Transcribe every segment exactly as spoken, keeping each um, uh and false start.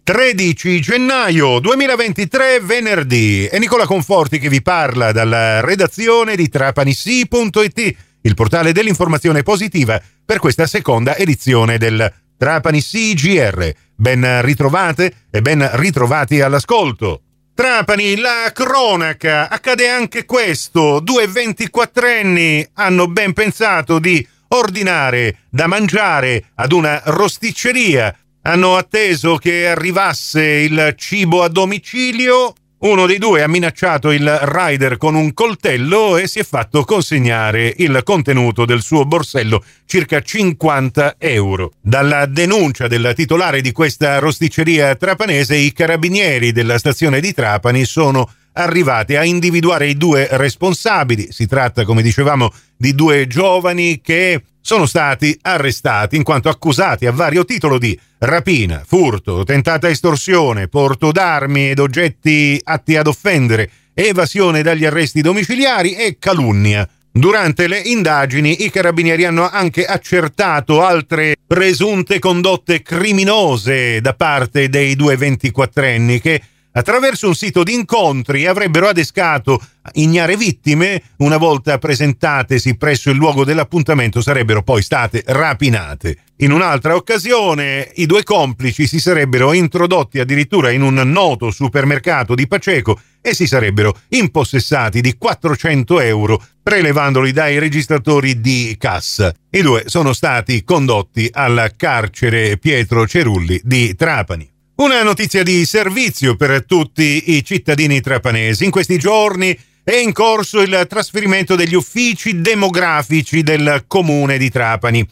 tredici gennaio duemilaventitré, venerdì. È Nicola Conforti che vi parla dalla redazione di Trapanissi punto it, il portale dell'informazione positiva, per questa seconda edizione del Trapanissi G R. Ben ritrovate e ben ritrovati all'ascolto. Trapani, la cronaca, accade anche questo. Due ventiquattrenni hanno ben pensato di ordinare da mangiare ad una rosticceria. Hanno atteso che arrivasse il cibo a domicilio. Uno dei due ha minacciato il rider con un coltello e si è fatto consegnare il contenuto del suo borsello, circa cinquanta euro. Dalla denuncia del titolare di questa rosticceria trapanese, i carabinieri della stazione di Trapani sono arrivati a individuare i due responsabili. Si tratta, come dicevamo, di due giovani che sono stati arrestati in quanto accusati a vario titolo di rapina, furto, tentata estorsione, porto d'armi ed oggetti atti ad offendere, evasione dagli arresti domiciliari e calunnia. Durante le indagini i carabinieri hanno anche accertato altre presunte condotte criminose da parte dei due ventiquattrenni che, attraverso un sito di incontri, avrebbero adescato ignare vittime. Una volta presentatesi presso il luogo dell'appuntamento sarebbero poi state rapinate. In un'altra occasione i due complici si sarebbero introdotti addirittura in un noto supermercato di Paceco e si sarebbero impossessati di quattrocento euro prelevandoli dai registratori di cassa. I due sono stati condotti al carcere Pietro Cerulli di Trapani. Una notizia di servizio per tutti i cittadini trapanesi. In questi giorni è in corso il trasferimento degli uffici demografici del comune di Trapani.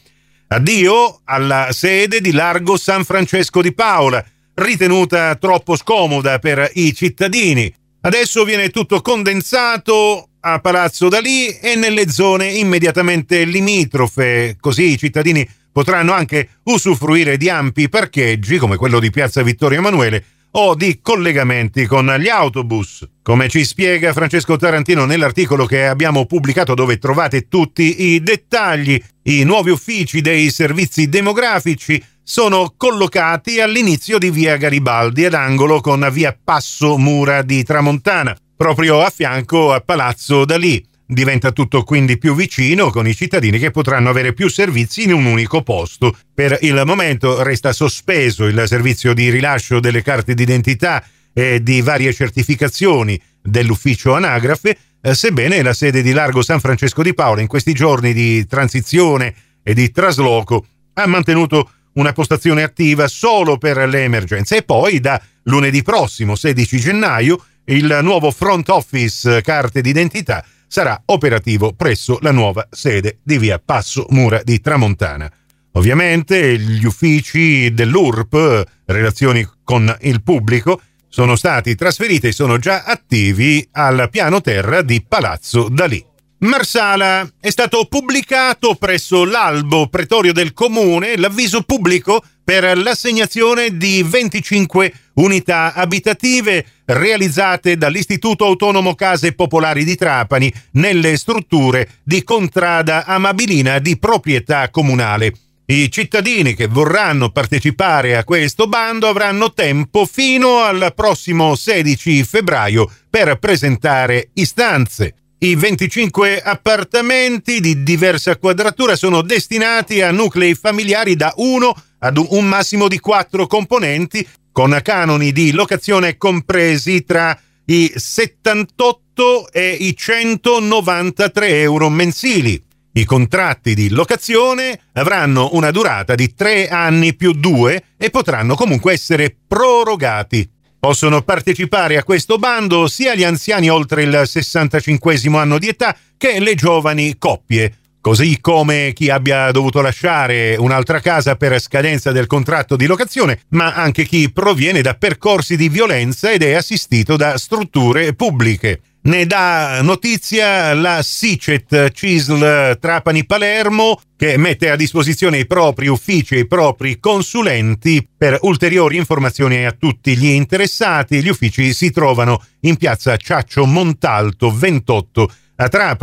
Addio alla sede di Largo San Francesco di Paola, ritenuta troppo scomoda per i cittadini. Adesso viene tutto condensato a Palazzo Dalì e nelle zone immediatamente limitrofe, così i cittadini potranno anche usufruire di ampi parcheggi come quello di Piazza Vittorio Emanuele o di collegamenti con gli autobus. Come ci spiega Francesco Tarantino nell'articolo che abbiamo pubblicato, dove trovate tutti i dettagli, i nuovi uffici dei servizi demografici sono collocati all'inizio di via Garibaldi ad angolo con via Passo Mura di Tramontana, proprio a fianco a Palazzo Dalì. Diventa tutto quindi più vicino, con i cittadini che potranno avere più servizi in un unico posto. Per il momento resta sospeso il servizio di rilascio delle carte d'identità e di varie certificazioni dell'ufficio anagrafe, eh, sebbene la sede di Largo San Francesco di Paola in questi giorni di transizione e di trasloco ha mantenuto una postazione attiva solo per le emergenze. E poi da lunedì prossimo, sedici gennaio, il nuovo front office carte d'identità sarà operativo presso la nuova sede di via Passo Mura di Tramontana. Ovviamente gli uffici dell'U R P, relazioni con il pubblico, sono stati trasferiti e sono già attivi al piano terra di Palazzo Dalì. Marsala, è stato pubblicato presso l'albo pretorio del comune l'avviso pubblico per l'assegnazione di venticinque unità abitative realizzate dall'Istituto Autonomo Case Popolari di Trapani nelle strutture di Contrada Amabilina di proprietà comunale. I cittadini che vorranno partecipare a questo bando avranno tempo fino al prossimo sedici febbraio per presentare istanze. I venticinque appartamenti di diversa quadratura sono destinati a nuclei familiari da uno ad un massimo di quattro componenti, con canoni di locazione compresi tra i settantotto e i centonovantatré euro mensili. I contratti di locazione avranno una durata di tre anni più due e potranno comunque essere prorogati. Possono partecipare a questo bando sia gli anziani oltre il sessantacinquesimo anno di età che le giovani coppie, così come chi abbia dovuto lasciare un'altra casa per scadenza del contratto di locazione, ma anche chi proviene da percorsi di violenza ed è assistito da strutture pubbliche. Ne dà notizia la SICET C I S L Trapani Palermo, che mette a disposizione i propri uffici e i propri consulenti per ulteriori informazioni a tutti gli interessati. Gli uffici si trovano in piazza Ciaccio Montalto ventotto a Trapani.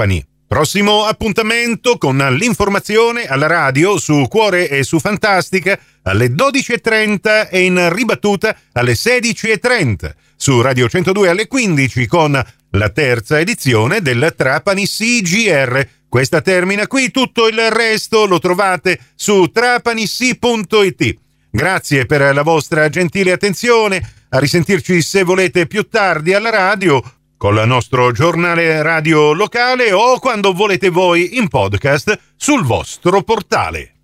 Prossimo appuntamento con l'informazione alla radio su Cuore e su Fantastica alle dodici e trenta e in ribattuta alle sedici e trenta. Su Radio centodue alle quindici con la terza edizione del Trapani C G R. Questa termina qui, tutto il resto lo trovate su trapanissi punto it. Grazie per la vostra gentile attenzione, a risentirci se volete più tardi alla radio con il nostro giornale radio locale o quando volete voi in podcast sul vostro portale.